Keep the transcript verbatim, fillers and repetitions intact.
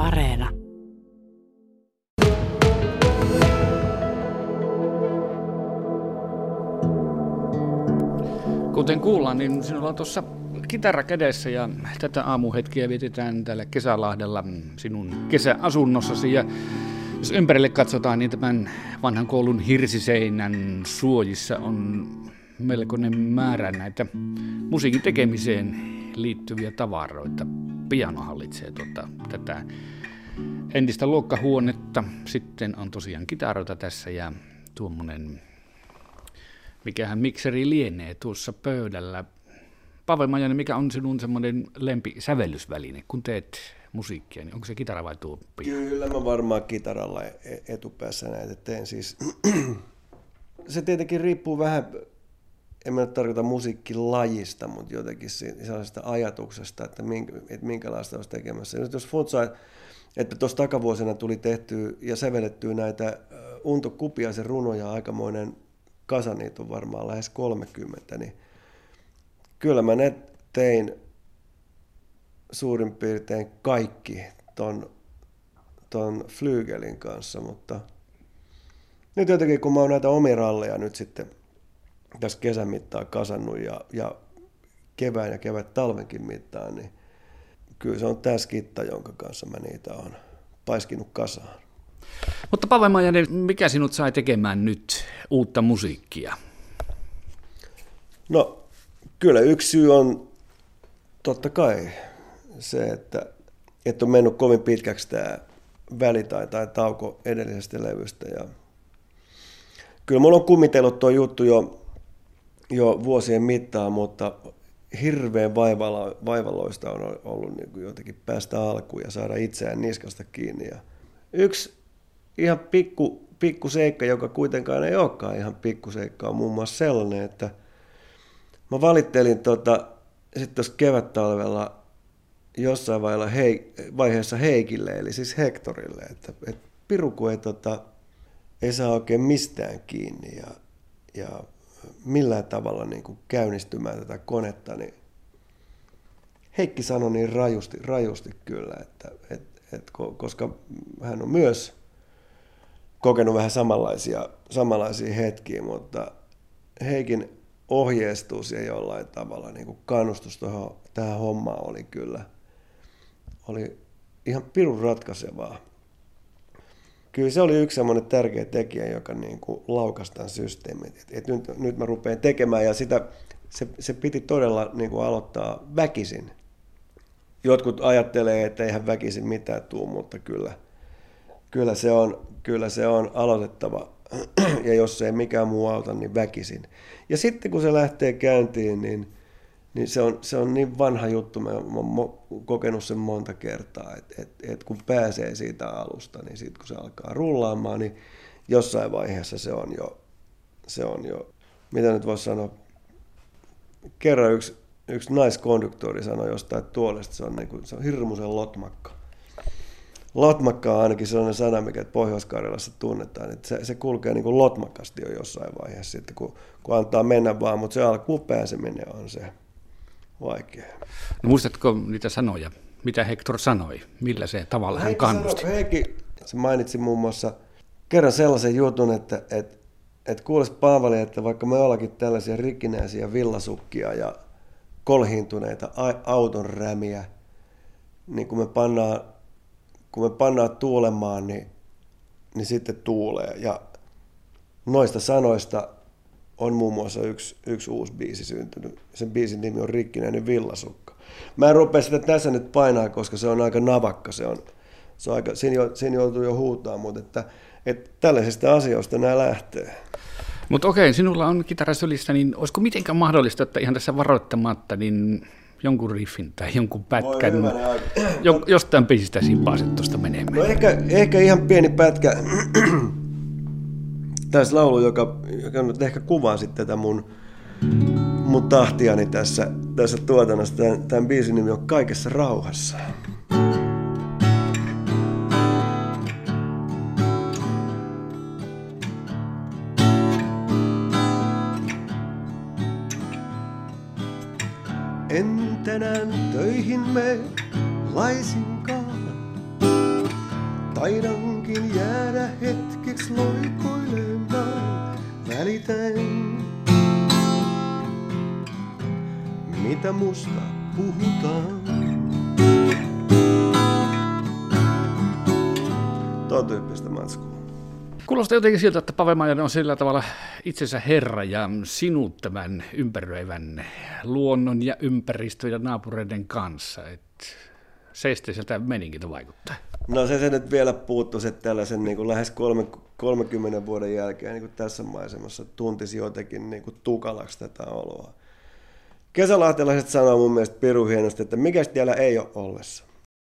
Areena. Kuten kuullaan, niin sinulla on tuossa kitara kädessä ja tätä aamuhetkiä vietetään täällä Kesälahdella sinun kesäasunnossasi. Ja jos ympärille katsotaan, niin tämän vanhan koulun hirsiseinän suojissa on melkoinen määrä näitä musiikin tekemiseen liittyviä tavaroita. Piano hallitsee tuota, tätä entistä luokkahuonetta. Sitten on tosiaan kitaroita tässä ja tuommoinen, mikähän mikseri lienee tuossa pöydällä. Pavel Majanen, mikä on sinun semmoinen lempisävellysväline, kun teet musiikkia, niin onko se kitara vai tuo piano? Kyllä mä varmaan kitaralla etupäässä näitä teen. Siis, se tietenkin riippuu vähän, en mä nyt tarkoita musiikkilajista, mutta jotenkin sellaisesta ajatuksesta, että, minkä, että minkälaista olisi tekemässä. Nyt jos funtsaa, että tuossa takavuosina tuli tehtyä ja sävellettyä näitä Unto Kupiaisen runoja, aikamoinen kasa, niitä on varmaan lähes kolmekymmentä, niin kyllä mä ne tein suurin piirtein kaikki ton, ton Flygelin kanssa, mutta nyt jotenkin kun mä oon näitä omia ralleja nyt sitten tässä kesän mittaan kasannut ja, ja kevään ja kevät talvenkin mittaan, niin kyllä se on tää skitta, jonka kanssa mä niitä oon paiskinut kasaan. Mutta Pavel Majanen, mikä sinut sai tekemään nyt uutta musiikkia? No kyllä yksi syy on totta kai se, että, että on mennyt kovin pitkäksi tämä väli tai, tai tauko edellisestä levystä. Ja kyllä mulla on kumitellut tuo juttu jo, jo vuosien mittaan, mutta hirveän vaivalo, vaivaloista on ollut niin kuin jotenkin päästä alkuun ja saada itseään niskasta kiinni. Ja yksi ihan pikku, pikku seikka, joka kuitenkaan ei olekaan ihan pikku seikka, on muun muassa sellainen, että mä valittelin tota, sitten tuossa kevättalvella jossain vaiheessa Heikille, eli siis Hectorille, että et piruku ei, tota, ei saa oikein mistään kiinni ja, ja millään tavalla niin kuin käynnistymään tätä konetta, niin Heikki sanoi niin rajusti, rajusti kyllä, että et, et, koska hän on myös kokenut vähän samanlaisia, samanlaisia hetkiä, mutta Heikin ohjeistus ja jollain tavalla niin kuin kannustus tuohon, tähän hommaan oli kyllä oli ihan pirun ratkaisevaa. Kyllä se oli yksi semmoinen tärkeä tekijä, joka niin kuin laukasi tämän systeemin. Et, et nyt, nyt mä rupean tekemään ja sitä, se, se piti todella niin kuin aloittaa väkisin. Jotkut ajattelee, että eihän väkisin mitään tule, mutta kyllä, kyllä, se on, kyllä se on aloitettava. Ja jos ei mikään muu auta, niin väkisin. Ja sitten kun se lähtee käyntiin, niin, niin se, on, se on niin vanha juttu, mä oon kokenut sen monta kertaa, että et, et kun pääsee siitä alusta, niin sitten kun se alkaa rullaamaan, niin jossain vaiheessa se on jo, se on jo mitä nyt voisi sanoa, kerran yksi, yksi naiskonduktori sanoi jostain tuolesta, se on, niin kuin, se on hirmuisen lotmakka. Lotmakka on ainakin sellainen sana, mikä Pohjois-Karjalassa tunnetaan, että se, se kulkee niin kuin lotmakasti jo jossain vaiheessa, sitten kun, kun antaa mennä vaan, mutta se alkuun pääseminen on se vaikea. No muistatko niitä sanoja, mitä Hector sanoi, millä se tavalla hän kannusti? Heikki se mainitsi muun muassa kerran sellaisen jutun, että et, et kuules Paavali, että vaikka me ollakin tällaisia rikkinäisiä villasukkia ja kolhiintuneita auton rämiä, niin kun me pannaan kun me pannaan tuulemaan, niin, niin sitten tuulee. Ja noista sanoista on muun muassa yksi, yksi uusi biisi syntynyt. Sen biisin nimi on Rikkinäinen villasukka. Mä en rupea sitä tässä nyt painaa, koska se on aika navakka. Se on, se on aika, siinä, siinä joutuu jo huutaa, mutta että, että tällaisista asioista nämä lähtee. Mutta okei, sinulla on kitara sylissä, niin olisiko mitenkään mahdollista, että ihan tässä varoittamatta, niin jonkun riffin tai jonkun pätkän, jo, jostain biisistä simpaaset tuosta menemään? No ehkä, ehkä ihan pieni pätkä. Tässä laulu, joka, joka nyt ehkä kuvaa sitten tätä mun, mun tahtiani tässä, tässä tuotannossa. Tämän, tämän biisin nimi on Kaikessa rauhassa. En tänään töihin mene laisinkaan. Taidankin jäädä hetkeksi loikoilemaan, välitäen, mitä musta puhutaan. Tuo tyyppistä matskua. Kuulostaa jotenkin siltä, että Pave Maijanen on sillä tavalla itsensä herra ja sinut tämän ympäröivän luonnon ja ympäristön ja naapureiden kanssa. Et seesteiseltä meninkiltä vaikuttaa. No se, se nyt vielä puuttuisi, että tällaisen niin kuin lähes kolmenkymmenen vuoden jälkeen niin kuin tässä maisemassa tuntisi jotenkin niin kuin tukalaksi tätä oloa. Kesälahtelaiset sanoo mun mielestä pirun hienosti, että mikä siellä ei ole ollessa.